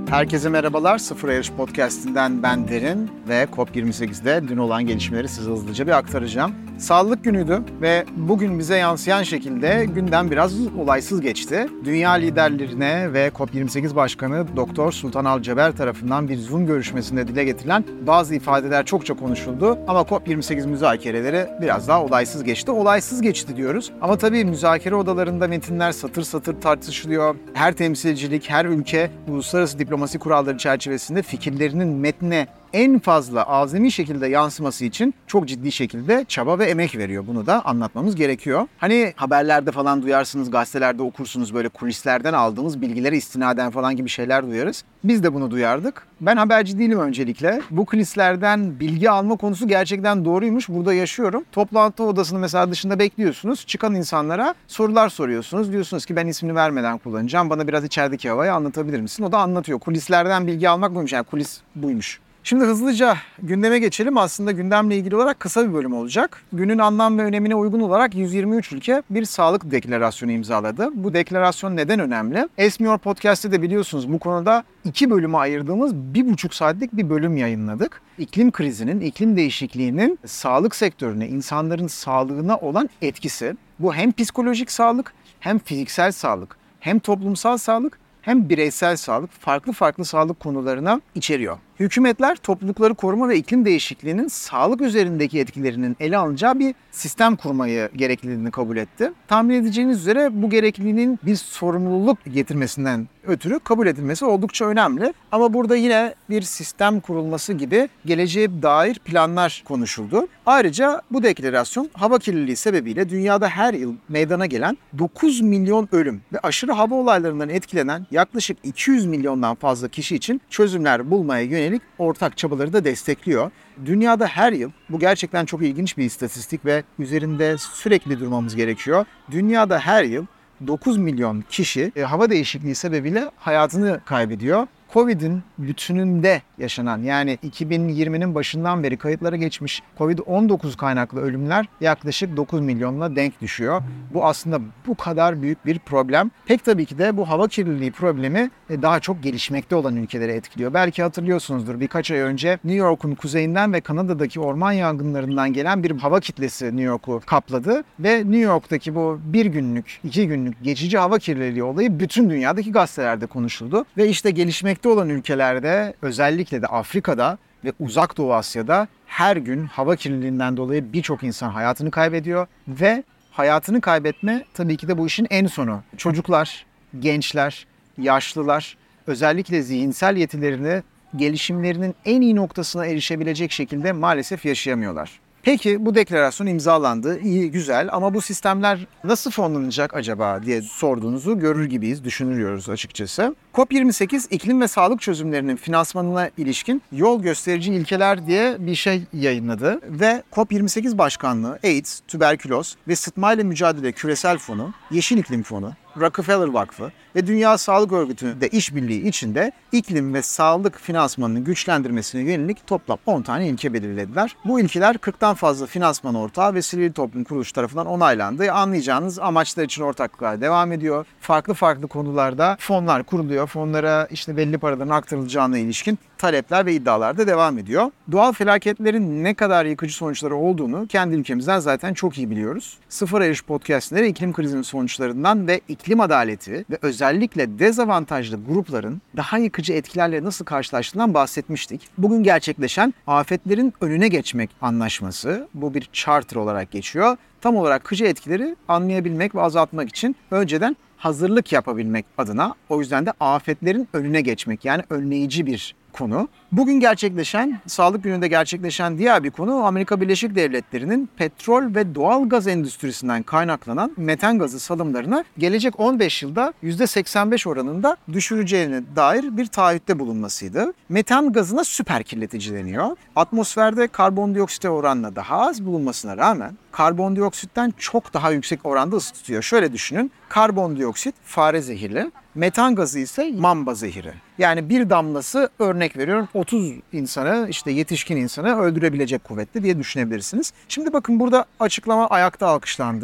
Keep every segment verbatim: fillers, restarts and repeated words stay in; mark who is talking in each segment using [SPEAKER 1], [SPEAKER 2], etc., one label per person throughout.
[SPEAKER 1] Herkese merhabalar. Sıfır Yarış Podcast'inden ben Derin ve COP yirmi sekizde dün olan gelişmeleri size hızlıca bir aktaracağım. Sağlık günüydü ve bugün bize yansıyan şekilde gündem biraz olaysız geçti. Dünya liderlerine ve COP yirmi sekiz Başkanı Doktor Sultan Al Jaber tarafından bir Zoom görüşmesinde dile getirilen bazı ifadeler çokça konuşuldu. Ama COP yirmi sekiz müzakereleri biraz daha olaysız geçti. Olaysız geçti diyoruz. Ama tabii müzakere odalarında metinler satır satır tartışılıyor. Her temsilcilik, her ülke uluslararası diplomasi kuralları çerçevesinde fikirlerinin metnine en fazla azami şekilde yansıması için çok ciddi şekilde çaba ve emek veriyor. Bunu da anlatmamız gerekiyor. Hani haberlerde falan duyarsınız, gazetelerde okursunuz, böyle kulislerden aldığımız bilgilere istinaden falan gibi şeyler duyarız. Biz de bunu duyardık. Ben haberci değilim öncelikle. Bu kulislerden bilgi alma konusu gerçekten doğruymuş. Burada yaşıyorum. Toplantı odasını mesela dışında bekliyorsunuz. Çıkan insanlara sorular soruyorsunuz. Diyorsunuz ki ben ismini vermeden kullanacağım. Bana biraz içerideki havayı anlatabilir misin? O da anlatıyor. Kulislerden bilgi almak buymuş. Yani kulis buymuş. Şimdi hızlıca gündeme geçelim. Aslında gündemle ilgili olarak kısa bir bölüm olacak. Günün anlam ve önemine uygun olarak yüz yirmi üç ülke bir sağlık deklarasyonu imzaladı. Bu deklarasyon neden önemli? Esmiyor Podcast'te de biliyorsunuz bu konuda iki bölüme ayırdığımız bir buçuk saatlik bir bölüm yayınladık. İklim krizinin, iklim değişikliğinin sağlık sektörüne, insanların sağlığına olan etkisi. Bu hem psikolojik sağlık, hem fiziksel sağlık, hem toplumsal sağlık, hem bireysel sağlık, farklı farklı sağlık konularına içeriyor. Hükümetler toplulukları koruma ve iklim değişikliğinin sağlık üzerindeki etkilerinin ele alınacağı bir sistem kurmayı gerekliliğini kabul etti. Tahmin edeceğiniz üzere bu gerekliliğin bir sorumluluk getirmesinden ötürü kabul edilmesi oldukça önemli. Ama burada yine bir sistem kurulması gibi geleceğe dair planlar konuşuldu. Ayrıca bu deklarasyon hava kirliliği sebebiyle dünyada her yıl meydana gelen dokuz milyon ölüm ve aşırı hava olaylarından etkilenen yaklaşık iki yüz milyondan fazla kişi için çözümler bulmaya yönelik ortak çabaları da destekliyor. Dünyada her yıl, bu gerçekten çok ilginç bir istatistik ve üzerinde sürekli durmamız gerekiyor. Dünyada her yıl dokuz milyon kişi e, hava değişikliği sebebiyle hayatını kaybediyor. Covid'in bütününde yaşanan, yani iki bin yirminin başından beri kayıtlara geçmiş kovid on dokuz kaynaklı ölümler yaklaşık dokuz milyonla denk düşüyor. Bu aslında bu kadar büyük bir problem. Pek tabii ki de bu hava kirliliği problemi daha çok gelişmekte olan ülkeleri etkiliyor. Belki hatırlıyorsunuzdur, birkaç ay önce New York'un kuzeyinden ve Kanada'daki orman yangınlarından gelen bir hava kitlesi New York'u kapladı ve New York'taki bu bir günlük, iki günlük geçici hava kirliliği olayı bütün dünyadaki gazetelerde konuşuldu ve işte gelişmekte olan ülkelerde, özellikle de Afrika'da ve Uzak Doğu Asya'da her gün hava kirliliğinden dolayı birçok insan hayatını kaybediyor ve hayatını kaybetme tabii ki de bu işin en sonu. Çocuklar, gençler, yaşlılar özellikle zihinsel yetilerini, gelişimlerinin en iyi noktasına erişebilecek şekilde maalesef yaşayamıyorlar. Peki bu deklarasyon imzalandı, iyi, güzel, ama bu sistemler nasıl fonlanacak acaba diye sorduğunuzu görür gibiyiz, düşünüyoruz açıkçası. COP yirmi sekiz iklim ve sağlık çözümlerinin finansmanına ilişkin yol gösterici ilkeler diye bir şey yayınladı ve COP yirmi sekiz Başkanlığı, AIDS, Tüberküloz ve Sıtmayla Mücadele Küresel Fonu, Yeşil İklim Fonu, Rockefeller Vakfı ve Dünya Sağlık Örgütü de işbirliği içinde iklim ve sağlık finansmanını güçlendirmesine yönelik toplam on tane ilke belirlediler. Bu ilkeler kırktan fazla finansman ortağı ve sivil toplum kuruluşu tarafından onaylandı. Anlayacağınız amaçlar için ortaklıklar devam ediyor. Farklı farklı konularda fonlar kuruluyor. Fonlara işte belli paraların aktarılacağına ilişkin talepler ve iddialar da devam ediyor. Doğal felaketlerin ne kadar yıkıcı sonuçları olduğunu kendi ülkemizden zaten çok iyi biliyoruz. Sıfır Yarış Podcast'leri iklim krizinin sonuçlarından ve iklim adaleti ve özellikle dezavantajlı grupların daha yıkıcı etkilerle nasıl karşılaştığından bahsetmiştik. Bugün gerçekleşen Afetlerin Önüne Geçmek Anlaşması, bu bir charter olarak geçiyor. Tam olarak yıkıcı etkileri anlayabilmek ve azaltmak için önceden hazırlık yapabilmek adına, o yüzden de afetlerin önüne geçmek, yani önleyici bir konu. Bugün gerçekleşen, Sağlık Günü'nde gerçekleşen diğer bir konu, Amerika Birleşik Devletleri'nin petrol ve doğal gaz endüstrisinden kaynaklanan metan gazı salımlarını gelecek on beş yılda yüzde seksen beş oranında düşüreceğine dair bir taahhütte bulunmasıydı. Metan gazına süper kirletici deniyor. Atmosferde karbondioksite oranla daha az bulunmasına rağmen karbondioksitten çok daha yüksek oranda ısı tutuyor. Şöyle düşünün, karbondioksit fare zehirli, metan gazı ise mamba zehiri. Yani bir damlası, örnek veriyorum, otuz insanı, işte yetişkin insanı öldürebilecek kuvvette diye düşünebilirsiniz. Şimdi bakın, burada açıklama ayakta alkışlandı.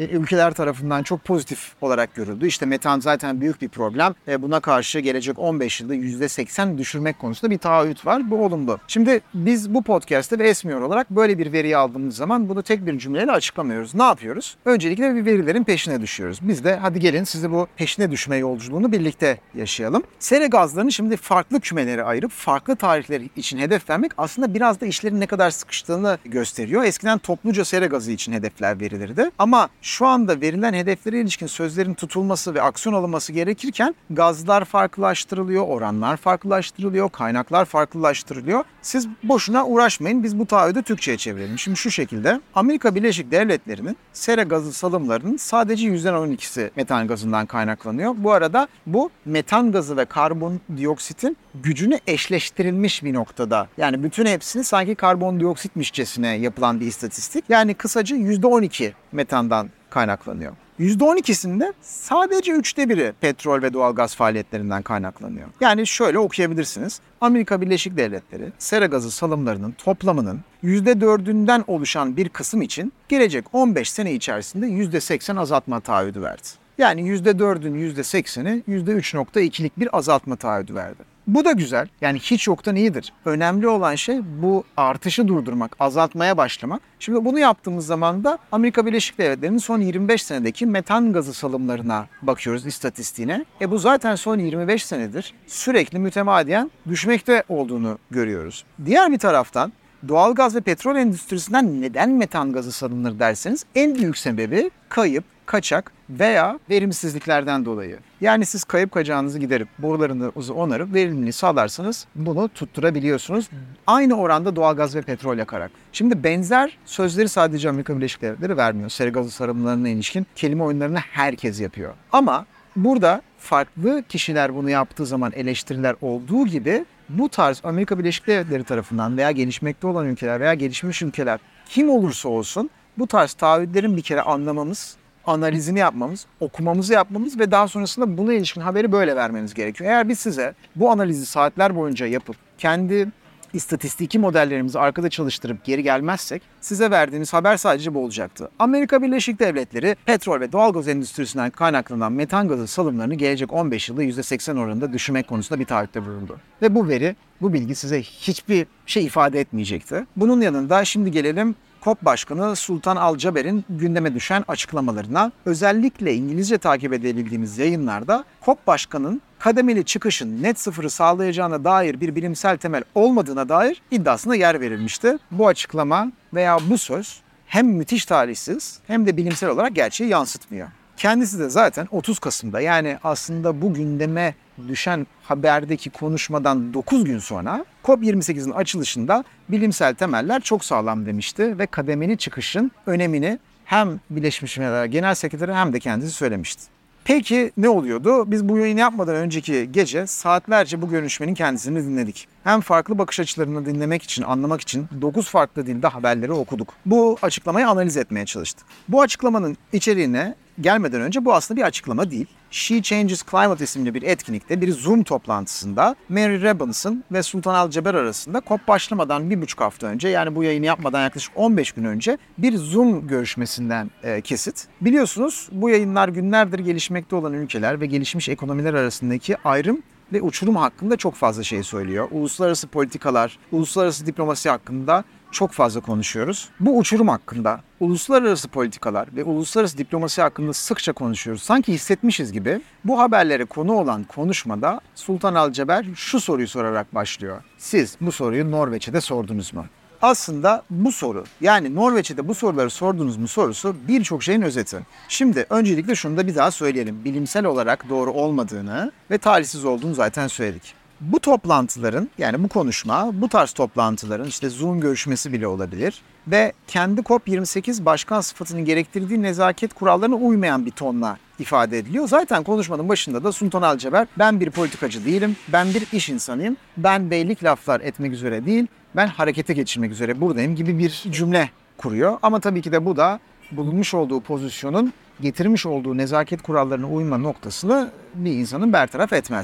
[SPEAKER 1] e, ülkeler tarafından çok pozitif olarak görüldü. İşte metan zaten büyük bir problem. E, buna karşı gelecek on beş yılda yüzde seksen düşürmek konusunda bir taahhüt var. Bu olumlu. Şimdi biz bu podcast'te ve Esmiyor olarak böyle bir veriyi aldığımız zaman bunu tek bir cümleyle açıklamıyoruz. Ne yapıyoruz? Öncelikle bir verilerin peşine düşüyoruz. Biz de hadi gelin sizi bu peşine düşme yolculuğunu birlikte yaşayalım. Sera gazlarını şimdi farklı kümelere ayırıp farklı tarihler için hedef vermek aslında biraz da işlerin ne kadar sıkıştığını gösteriyor. Eskiden topluca sera gazı için hedefler verilirdi. Ama şu anda verilen hedeflere ilişkin sözlerin tutulması ve aksiyon alınması gerekirken gazlar farklılaştırılıyor, oranlar farklılaştırılıyor, kaynaklar farklılaştırılıyor. Siz boşuna uğraşmayın. Biz bu taahhüdü Türkçe'ye çevirelim. Şimdi şu şekilde Amerika Birleşik Devletleri'nin sera gazı salımlarının sadece yüzde on ikisi metan gazından kaynaklanıyor. Bu arada bu metan gazı ve karbondioksitin gücünü eşleştirilmiş bir noktada. Yani bütün hepsini sanki karbondioksitmişçesine yapılan bir istatistik. Yani kısaca yüzde on iki metandan kaynaklanıyor. yüzde on ikisinde sadece üçte biri petrol ve doğalgaz faaliyetlerinden kaynaklanıyor. Yani şöyle okuyabilirsiniz. Amerika Birleşik Devletleri sera gazı salımlarının toplamının yüzde dördünden oluşan bir kısım için gelecek on beş sene içerisinde yüzde seksen azaltma taahhüdü verdi. Yani yüzde dördün yüzde sekseni yüzde üç nokta ikilik bir azaltma taahhüdü verdi. Bu da güzel. Yani hiç yoktan iyidir. Önemli olan şey bu artışı durdurmak, azaltmaya başlamak. Şimdi bunu yaptığımız zaman da Amerika Birleşik Devletleri'nin son yirmi beş senedeki metan gazı salımlarına bakıyoruz, istatistiğine. E bu zaten son yirmi beş senedir sürekli mütemadiyen düşmekte olduğunu görüyoruz. Diğer bir taraftan doğalgaz ve petrol endüstrisinden neden metan gazı salınır derseniz en büyük sebebi kayıp, kaçak veya verimsizliklerden dolayı. Yani siz kayıp kacağınızı giderip borularınızı onarıp verimliliği sağlarsanız bunu tutturabiliyorsunuz. Aynı oranda doğalgaz ve petrol yakarak. Şimdi benzer sözleri sadece Amerika Birleşik Devletleri vermiyor. Sera gazı salımlarına ilişkin kelime oyunlarını herkes yapıyor. Ama burada farklı kişiler bunu yaptığı zaman eleştiriler olduğu gibi bu tarz Amerika Birleşik Devletleri tarafından veya gelişmekte olan ülkeler veya gelişmiş ülkeler kim olursa olsun bu tarz taahhütlerin bir kere anlamamız, analizini yapmamız, okumamızı yapmamız ve daha sonrasında buna ilişkin haberi böyle vermeniz gerekiyor. Eğer biz size bu analizi saatler boyunca yapıp kendi istatistiki modellerimizi arkada çalıştırıp geri gelmezsek size verdiğimiz haber sadece bu olacaktı. Amerika Birleşik Devletleri petrol ve doğalgaz endüstrisinden kaynaklanan metan gazı salımlarını gelecek on beş yılda yüzde seksen oranında düşürmek konusunda bir taahhütte bulundu. Ve bu veri, bu bilgi size hiçbir şey ifade etmeyecekti. Bunun yanında şimdi gelelim COP Başkanı Sultan Al Jaber'in gündeme düşen açıklamalarına. Özellikle İngilizce takip edebildiğimiz yayınlarda COP Başkanı'nın kademeli çıkışın net sıfırı sağlayacağına dair bir bilimsel temel olmadığına dair iddiasına yer verilmişti. Bu açıklama veya bu söz hem müthiş talihsiz hem de bilimsel olarak gerçeği yansıtmıyor. Kendisi de zaten otuz Kasım'da, yani aslında bu gündeme düşen haberdeki konuşmadan dokuz gün sonra COP yirmi sekizin açılışında bilimsel temeller çok sağlam demişti ve kademeli çıkışın önemini hem Birleşmiş Milletler Genel Sekreteri hem de kendisi söylemişti. Peki ne oluyordu? Biz bu yayını yapmadan önceki gece saatlerce bu görüşmenin kendisini dinledik. Hem farklı bakış açılarını dinlemek için, anlamak için dokuz farklı dilde haberleri okuduk. Bu açıklamayı analiz etmeye çalıştık. Bu açıklamanın içeriğine gelmeden önce bu aslında bir açıklama değil. She Changes Climate isimli bir etkinlikte bir Zoom toplantısında Mary Robinson ve Sultan Al Jaber arasında COP başlamadan bir buçuk hafta önce, yani bu yayını yapmadan yaklaşık on beş gün önce bir Zoom görüşmesinden e, kesit. Biliyorsunuz bu yayınlar günlerdir gelişmekte olan ülkeler ve gelişmiş ekonomiler arasındaki ayrım ve uçurum hakkında çok fazla şey söylüyor. Uluslararası politikalar, uluslararası diplomasi hakkında çok fazla konuşuyoruz. Bu uçurum hakkında, uluslararası politikalar ve uluslararası diplomasi hakkında sıkça konuşuyoruz. Sanki hissetmişiz gibi. Bu haberlere konu olan konuşmada Sultan Al Jaber şu soruyu sorarak başlıyor. Siz bu soruyu Norveç'te sordunuz mu? Aslında bu soru, yani Norveç'te bu soruları sordunuz mu sorusu birçok şeyin özeti. Şimdi öncelikle şunu da bir daha söyleyelim. Bilimsel olarak doğru olmadığını ve talihsiz olduğunu zaten söyledik. Bu toplantıların, yani bu konuşma, bu tarz toplantıların işte Zoom görüşmesi bile olabilir ve kendi COP yirmi sekiz başkan sıfatının gerektirdiği nezaket kurallarına uymayan bir tonla ifade ediliyor. Zaten konuşmanın başında da Sultan Al Jaber, ben bir politikacı değilim, ben bir iş insanıyım, ben beylik laflar etmek üzere değil, ben harekete geçirmek üzere buradayım gibi bir cümle kuruyor. Ama tabii ki de bu da bulunmuş olduğu pozisyonun getirmiş olduğu nezaket kurallarına uyma noktasını bir insanın bertaraf etmez.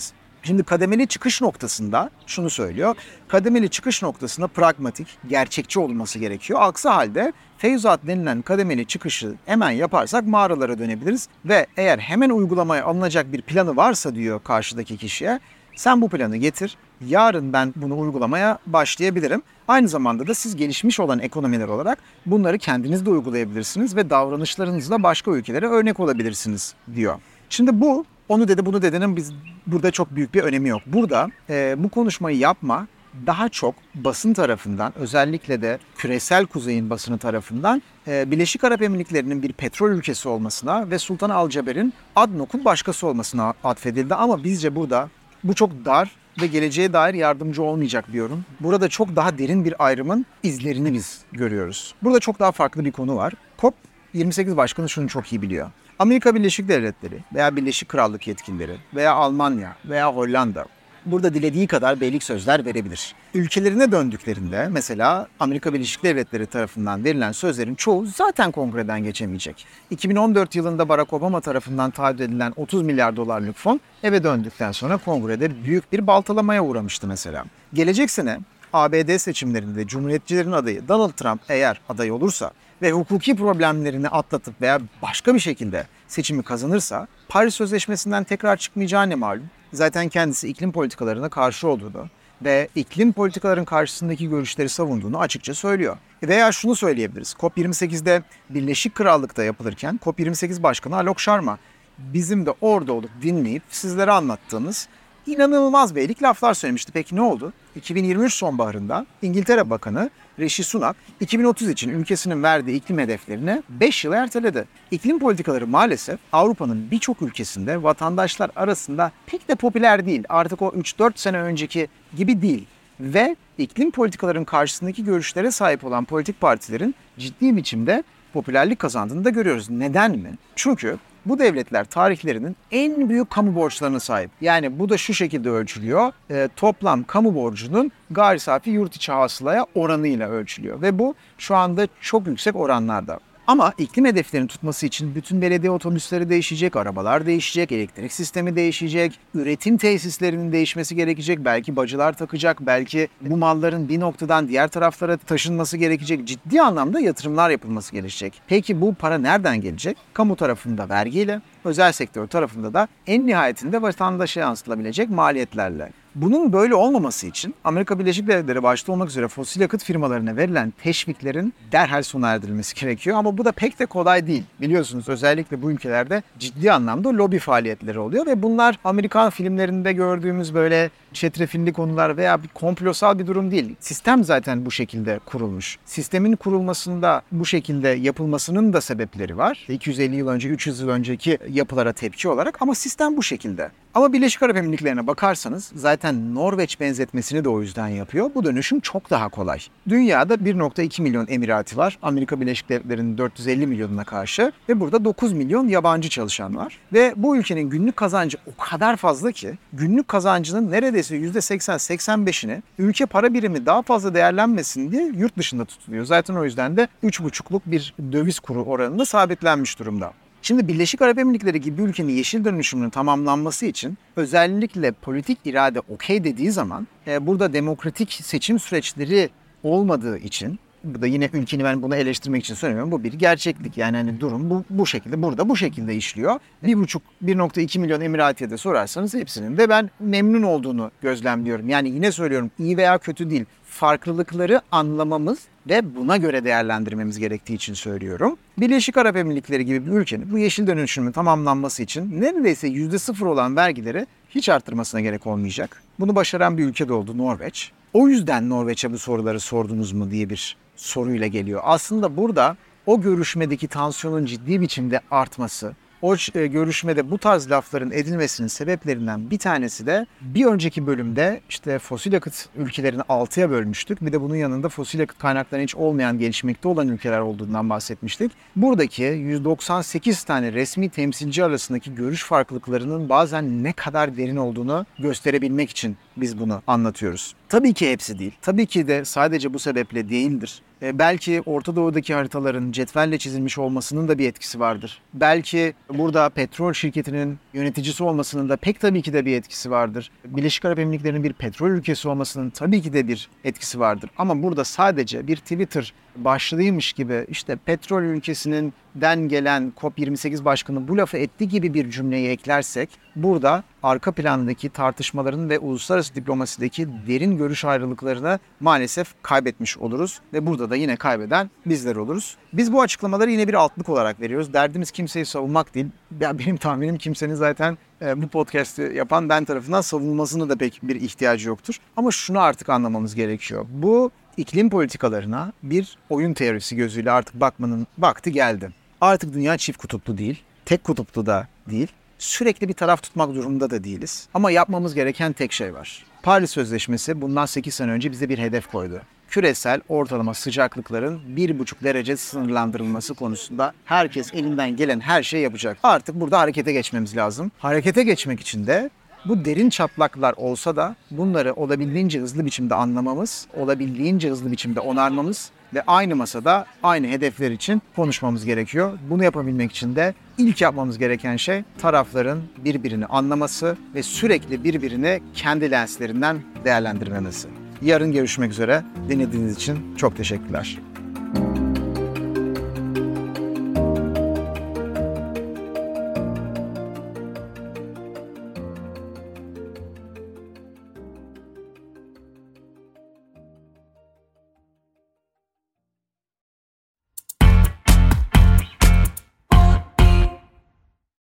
[SPEAKER 1] Şimdi kademeli çıkış noktasında şunu söylüyor. Kademeli çıkış noktasında pragmatik, gerçekçi olması gerekiyor. Aksi halde feyzat denilen kademeli çıkışı hemen yaparsak mağaralara dönebiliriz. Ve eğer hemen uygulamaya alınacak bir planı varsa diyor karşıdaki kişiye, sen bu planı getir, yarın ben bunu uygulamaya başlayabilirim. Aynı zamanda da siz gelişmiş olan ekonomiler olarak bunları kendiniz de uygulayabilirsiniz ve davranışlarınızla başka ülkelere örnek olabilirsiniz diyor. Şimdi bu, onu dedi bunu dedenin biz burada çok büyük bir önemi yok. Burada e, bu konuşmayı yapma daha çok basın tarafından, özellikle de küresel kuzeyin basını tarafından e, Birleşik Arap Emirlikleri'nin bir petrol ülkesi olmasına ve Sultan Al Jaber'in ADNOC'un başkası olmasına atfedildi. Ama bizce burada bu çok dar ve geleceğe dair yardımcı olmayacak diyorum. Burada çok daha derin bir ayrımın izlerini biz görüyoruz. Burada çok daha farklı bir konu var. COP yirmi sekiz Başkanı şunu çok iyi biliyor. Amerika Birleşik Devletleri veya Birleşik Krallık yetkilileri veya Almanya veya Hollanda burada dilediği kadar beylik sözler verebilir. Ülkelerine döndüklerinde mesela Amerika Birleşik Devletleri tarafından verilen sözlerin çoğu zaten kongreden geçemeyecek. iki bin on dört yılında Barack Obama tarafından taahhüt edilen otuz milyar dolarlık fon eve döndükten sonra kongrede büyük bir baltalamaya uğramıştı mesela. Gelecek sene A B D seçimlerinde Cumhuriyetçilerin adayı Donald Trump eğer aday olursa ve hukuki problemlerini atlatıp veya başka bir şekilde seçimi kazanırsa Paris Sözleşmesi'nden tekrar çıkmayacağı ne malum. Zaten kendisi iklim politikalarına karşı olduğunu ve iklim politikaların karşısındaki görüşleri savunduğunu açıkça söylüyor. Veya şunu söyleyebiliriz. COP yirmi sekizde Birleşik Krallık'ta yapılırken COP yirmi sekiz Başkanı Alok Sharma bizim de orada olup dinleyip sizlere anlattığımız inanılmaz beylik laflar söylemişti. Peki ne oldu? iki bin yirmi üç sonbaharında İngiltere Bakanı Rishi Sunak iki bin otuz için ülkesinin verdiği iklim hedeflerini beş yıl erteledi. İklim politikaları maalesef Avrupa'nın birçok ülkesinde vatandaşlar arasında pek de popüler değil. Artık o üç dört sene önceki gibi değil. Ve iklim politikaların karşısındaki görüşlere sahip olan politik partilerin ciddi biçimde popülerlik kazandığını da görüyoruz. Neden mi? Çünkü bu devletler tarihlerinin en büyük kamu borçlarına sahip. Yani bu da şu şekilde ölçülüyor. E, toplam kamu borcunun gayri safi yurt içi hasılaya oranıyla ölçülüyor. Ve bu şu anda çok yüksek oranlarda. Ama iklim hedeflerini tutması için bütün belediye otobüsleri değişecek, arabalar değişecek, elektrik sistemi değişecek, üretim tesislerinin değişmesi gerekecek, belki bacılar takacak, belki bu malların bir noktadan diğer taraflara taşınması gerekecek, ciddi anlamda yatırımlar yapılması gerekecek. Peki bu para nereden gelecek? Kamu tarafında vergiyle, özel sektör tarafında da en nihayetinde vatandaşa yansıtılabilecek maliyetlerle. Bunun böyle olmaması için Amerika Birleşik Devletleri başta olmak üzere fosil yakıt firmalarına verilen teşviklerin derhal sona erdirilmesi gerekiyor. Ama bu da pek de kolay değil. Biliyorsunuz özellikle bu ülkelerde ciddi anlamda lobi faaliyetleri oluyor ve bunlar Amerikan filmlerinde gördüğümüz böyle çetrefilli konular veya bir komplosal bir durum değil. Sistem zaten bu şekilde kurulmuş. Sistemin kurulmasında bu şekilde yapılmasının da sebepleri var. iki yüz elli yıl önce, üç yüz yıl önceki yapılara tepki olarak ama sistem bu şekilde. Ama Birleşik Arap Emirlikleri'ne bakarsanız zaten Norveç benzetmesini de o yüzden yapıyor. Bu dönüşüm çok daha kolay. Dünyada bir nokta iki milyon emirati var. Amerika Birleşik Devletleri'nin dört yüz elli milyonuna karşı ve burada dokuz milyon yabancı çalışan var. Ve bu ülkenin günlük kazancı o kadar fazla ki günlük kazancının neredeyse yüzde seksen seksen beşini ülke para birimi daha fazla değerlenmesin diye yurt dışında tutuluyor. Zaten o yüzden de üç buçukluk bir döviz kuru oranında sabitlenmiş durumda. Şimdi Birleşik Arap Emirlikleri gibi bir ülkenin yeşil dönüşümünün tamamlanması için özellikle politik irade okey dediği zaman e, burada demokratik seçim süreçleri olmadığı için, burada yine ülkenin ben bunu eleştirmek için söylemiyorum, bu bir gerçeklik. Yani hani durum bu, bu şekilde, burada bu şekilde işliyor. bir buçuk bir nokta iki milyon emiratiye de sorarsanız hepsinin de ben memnun olduğunu gözlemliyorum. Yani yine söylüyorum, iyi veya kötü değil. Farklılıkları anlamamız ve buna göre değerlendirmemiz gerektiği için söylüyorum. Birleşik Arap Emirlikleri gibi bir ülkenin bu yeşil dönüşümün tamamlanması için neredeyse yüzde sıfır olan vergileri hiç arttırmasına gerek olmayacak. Bunu başaran bir ülke de oldu, Norveç. O yüzden Norveç'e bu soruları sordunuz mu diye bir soruyla geliyor. Aslında burada o görüşmedeki tansiyonun ciddi biçimde artması, o görüşmede bu tarz lafların edilmesinin sebeplerinden bir tanesi de bir önceki bölümde işte fosil yakıt ülkelerini altıya bölmüştük. Bir de bunun yanında fosil yakıt kaynaklarının hiç olmayan, gelişmekte olan ülkeler olduğundan bahsetmiştik. Buradaki yüz doksan sekiz tane resmi temsilci arasındaki görüş farklılıklarının bazen ne kadar derin olduğunu gösterebilmek için biz bunu anlatıyoruz. Tabii ki hepsi değil. Tabii ki de sadece bu sebeple değildir. E, belki Orta Doğu'daki haritaların cetvelle çizilmiş olmasının da bir etkisi vardır. Belki burada petrol şirketinin yöneticisi olmasının da pek tabii ki de bir etkisi vardır. Birleşik Arap Emirlikleri'nin bir petrol ülkesi olmasının tabii ki de bir etkisi vardır. Ama burada sadece bir Twitter başlığıymış gibi işte petrol ülkesinin den gelen COP yirmi sekiz başkanı bu lafı etti gibi bir cümleyi eklersek burada arka plandaki tartışmaların ve uluslararası diplomasideki derin görüş ayrılıklarını maalesef kaybetmiş oluruz ve burada da yine kaybeden bizler oluruz. Biz bu açıklamaları yine bir altlık olarak veriyoruz. Derdimiz kimseyi savunmak değil. Ya benim tahminim kimsenin zaten e, bu podcast'i yapan ben tarafından savunmasına da pek bir ihtiyacı yoktur. Ama şunu artık anlamamız gerekiyor. Bu iklim politikalarına bir oyun teorisi gözüyle artık bakmanın vakti geldi. Artık dünya çift kutuplu değil, tek kutuplu da değil. Sürekli bir taraf tutmak durumunda da değiliz. Ama yapmamız gereken tek şey var. Paris Sözleşmesi bundan sekiz sene önce bize bir hedef koydu. Küresel ortalama sıcaklıkların bir buçuk derece sınırlandırılması konusunda herkes elinden gelen her şeyi yapacak. Artık burada harekete geçmemiz lazım. Harekete geçmek için de bu derin çatlaklar olsa da bunları olabildiğince hızlı biçimde anlamamız, olabildiğince hızlı biçimde onarmamız ve aynı masada aynı hedefler için konuşmamız gerekiyor. Bunu yapabilmek için de ilk yapmamız gereken şey tarafların birbirini anlaması ve sürekli birbirini kendi lenslerinden değerlendirmemesi. Yarın görüşmek üzere. Dinlediğiniz için çok teşekkürler.